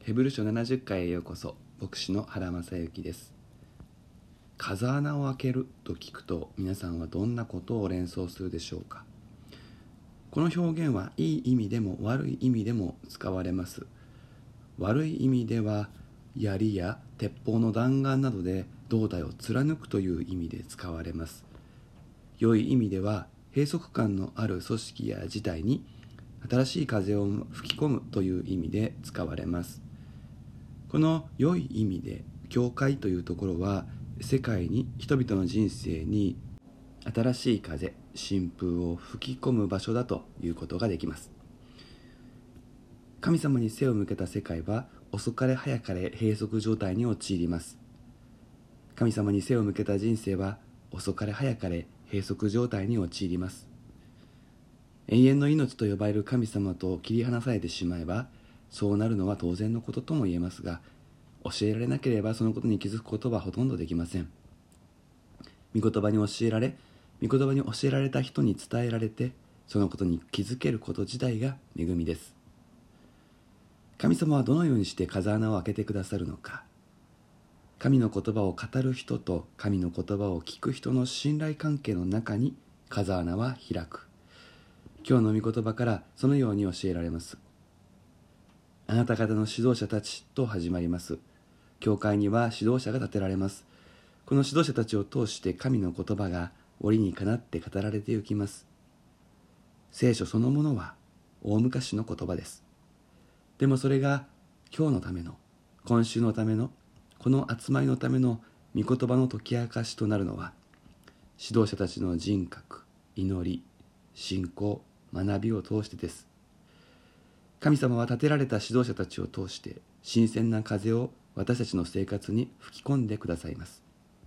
ヘブル書70回へようこそ。牧師の原正幸です。風穴を開けると聞くと、皆さんはどんなことを連想するでしょうか。この表現はいい意味でも悪い意味でも使われます。悪い意味では槍や鉄砲の弾丸などで胴体を貫くという意味で使われます。良い意味では閉塞感のある組織や事態に新しい風を吹き込むという意味で使われます。この良い意味で教会というところは、世界に人々の人生に新しい風、新風を吹き込む場所だということができます。神様に背を向けた世界は遅かれ早かれ閉塞状態に陥ります。神様に背を向けた人生は遅かれ早かれ閉塞状態に陥ります。永遠の命と呼ばれる神様と切り離されてしまえば、そうなるのは当然のこととも言えますが、教えられなければそのことに気づくことはほとんどできません。御言葉に教えられ、御言葉に教えられた人に伝えられて、そのことに気づけること自体が恵みです。神様はどのようにして風穴を開けてくださるのか。神の言葉を語る人と神の言葉を聞く人の信頼関係の中に風穴は開く。今日の御言葉からそのように教えられます。あなた方の指導者たちと始まります。教会には指導者が立てられます。この指導者たちを通して神の言葉が折にかなって語られていきます。聖書そのものは大昔の言葉です。でもそれが今日のための、今週のための、この集まりのための御言葉の解き明かしとなるのは、指導者たちの人格、祈り、信仰、学びを通してです。神様は立てられた指導者たちを通して新鮮な風を私たちの生活に吹き込んでくださいます。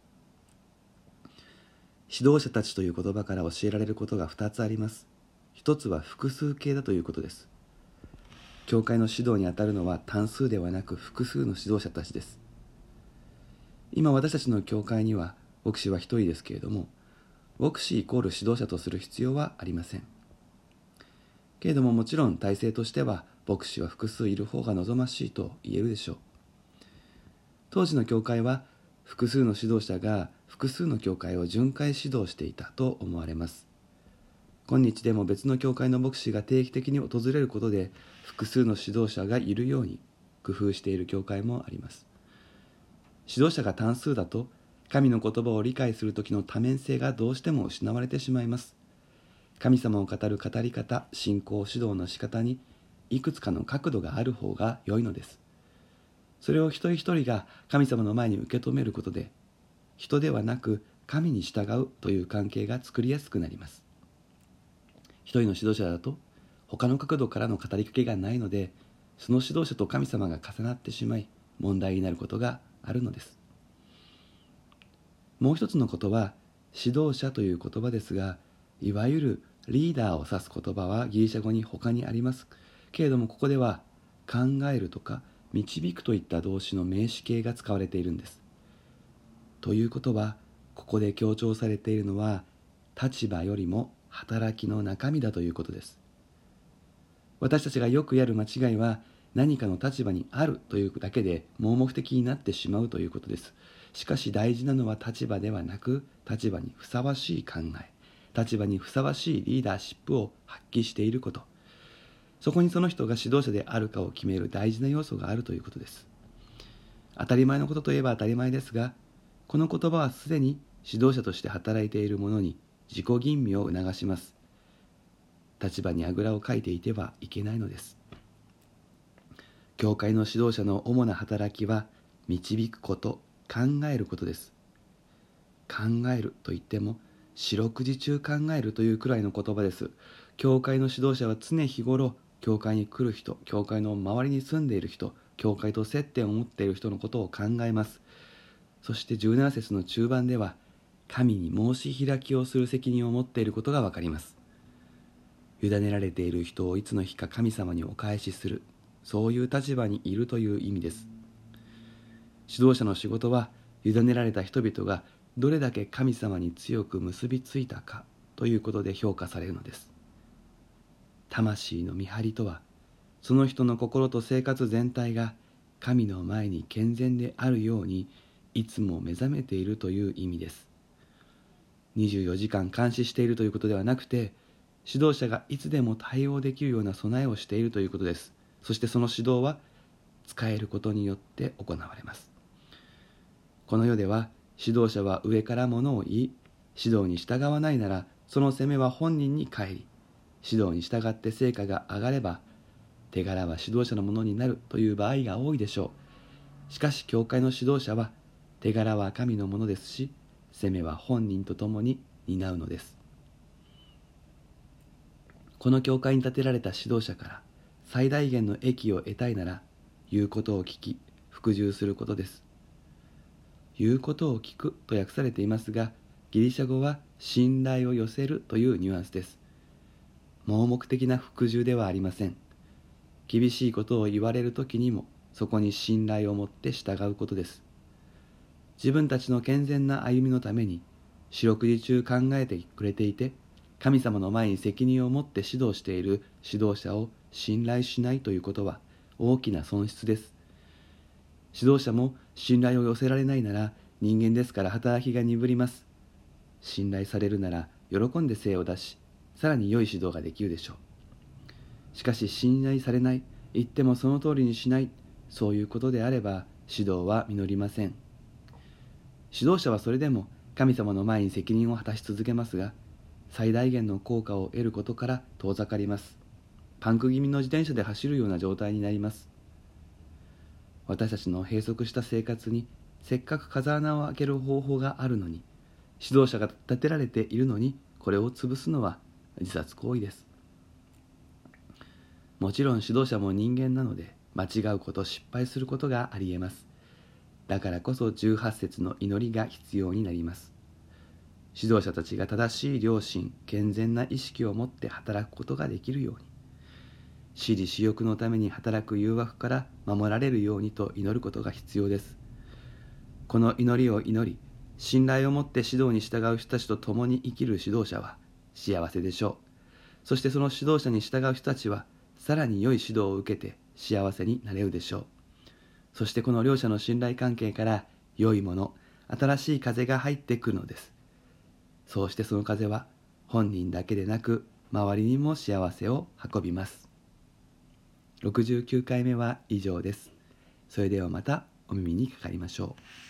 指導者たちという言葉から教えられることが2つあります。一つは複数形だということです。教会の指導にあたるのは単数ではなく複数の指導者たちです。今私たちの教会には牧師は一人ですけれども、牧師イコール指導者とする必要はありません。けれども、もちろん体制としては牧師は複数いる方が望ましいと言えるでしょう。当時の教会は複数の指導者が複数の教会を巡回指導していたと思われます。今日でも別の教会の牧師が定期的に訪れることで複数の指導者がいるように工夫している教会もあります。指導者が単数だと神の言葉を理解する時の多面性がどうしても失われてしまいます。神様を語る語り方、信仰指導の仕方にいくつかの角度がある方が良いのです。それを一人一人が神様の前に受け止めることで、人ではなく神に従うという関係が作りやすくなります。一人の指導者だと他の角度からの語りかけがないので、その指導者と神様が重なってしまい問題になることがあるのです。もう一つのことは指導者という言葉ですが、いわゆるリーダーを指す言葉はギリシャ語に他にありますけれども、ここでは考えるとか導くといった動詞の名詞形が使われているんです。ということは、ここで強調されているのは立場よりも働きの中身だということです。私たちがよくやる間違いは、何かの立場にあるというだけで盲目的になってしまうということです。しかし大事なのは立場ではなく、立場にふさわしい考え、立場にふさわしいリーダーシップを発揮していること、そこにその人が指導者であるかを決める大事な要素があるということです。当たり前のことといえば当たり前ですが、この言葉はすでに指導者として働いている者に自己吟味を促します。立場にあぐらをかいていてはいけないのです。教会の指導者の主な働きは導くこと、考えることです。考えるといっても四六時中考えるというくらいの言葉です。教会の指導者は常日頃、教会に来る人、教会の周りに住んでいる人、教会と接点を持っている人のことを考えます。そして17節の中盤では、神に申し開きをする責任を持っていることがわかります。委ねられている人をいつの日か神様にお返しする、そういう立場にいるという意味です。指導者の仕事は、委ねられた人々がどれだけ神様に強く結びついたかということで評価されるのです。魂の見張りとは、その人の心と生活全体が神の前に健全であるようにいつも目覚めているという意味です。24時間監視しているということではなくて、指導者がいつでも対応できるような備えをしているということです。そしてその指導は使えることによって行われます。この世では指導者は上からものを言い、指導に従わないならその責めは本人に返り、指導に従って成果が上がれば手柄は指導者のものになるという場合が多いでしょう。しかし教会の指導者は手柄は神のものですし、責めは本人と共に担うのです。この教会に立てられた指導者から最大限の益を得たいなら、言うことを聞き服従することです。言うことを聞くと訳されていますが、ギリシャ語は信頼を寄せるというニュアンスです。盲目的な服従ではありません。厳しいことを言われるときにもそこに信頼を持って従うことです。自分たちの健全な歩みのために四六時中考えてくれていて、神様の前に責任を持って指導している指導者を信頼しないということは大きな損失です。指導者も信頼を寄せられないなら人間ですから働きが鈍ります。信頼されるなら喜んで精を出し、さらに良い指導ができるでしょう。しかし信頼されない、言ってもその通りにしない、そういうことであれば指導は実りません。指導者はそれでも神様の前に責任を果たし続けますが、最大限の効果を得ることから遠ざかります。パンク気味の自転車で走るような状態になります。私たちの閉塞した生活にせっかく風穴を開ける方法があるのに、指導者が立てられているのにこれを潰すのは自殺行為です。もちろん指導者も人間なので間違うこと、失敗することがありえます。だからこそ18節の祈りが必要になります。指導者たちが正しい良心、健全な意識を持って働くことができるように、私利私欲のために働く誘惑から守られるようにと祈ることが必要です。この祈りを祈り、信頼を持って指導に従う人たちと共に生きる指導者は幸せでしょう。そしてその指導者に従う人たちはさらに良い指導を受けて幸せになれるでしょう。そしてこの両者の信頼関係から良いもの、新しい風が入ってくるのです。そうしてその風は本人だけでなく周りにも幸せを運びます。69回目は以上です。それではまたお耳にかかりましょう。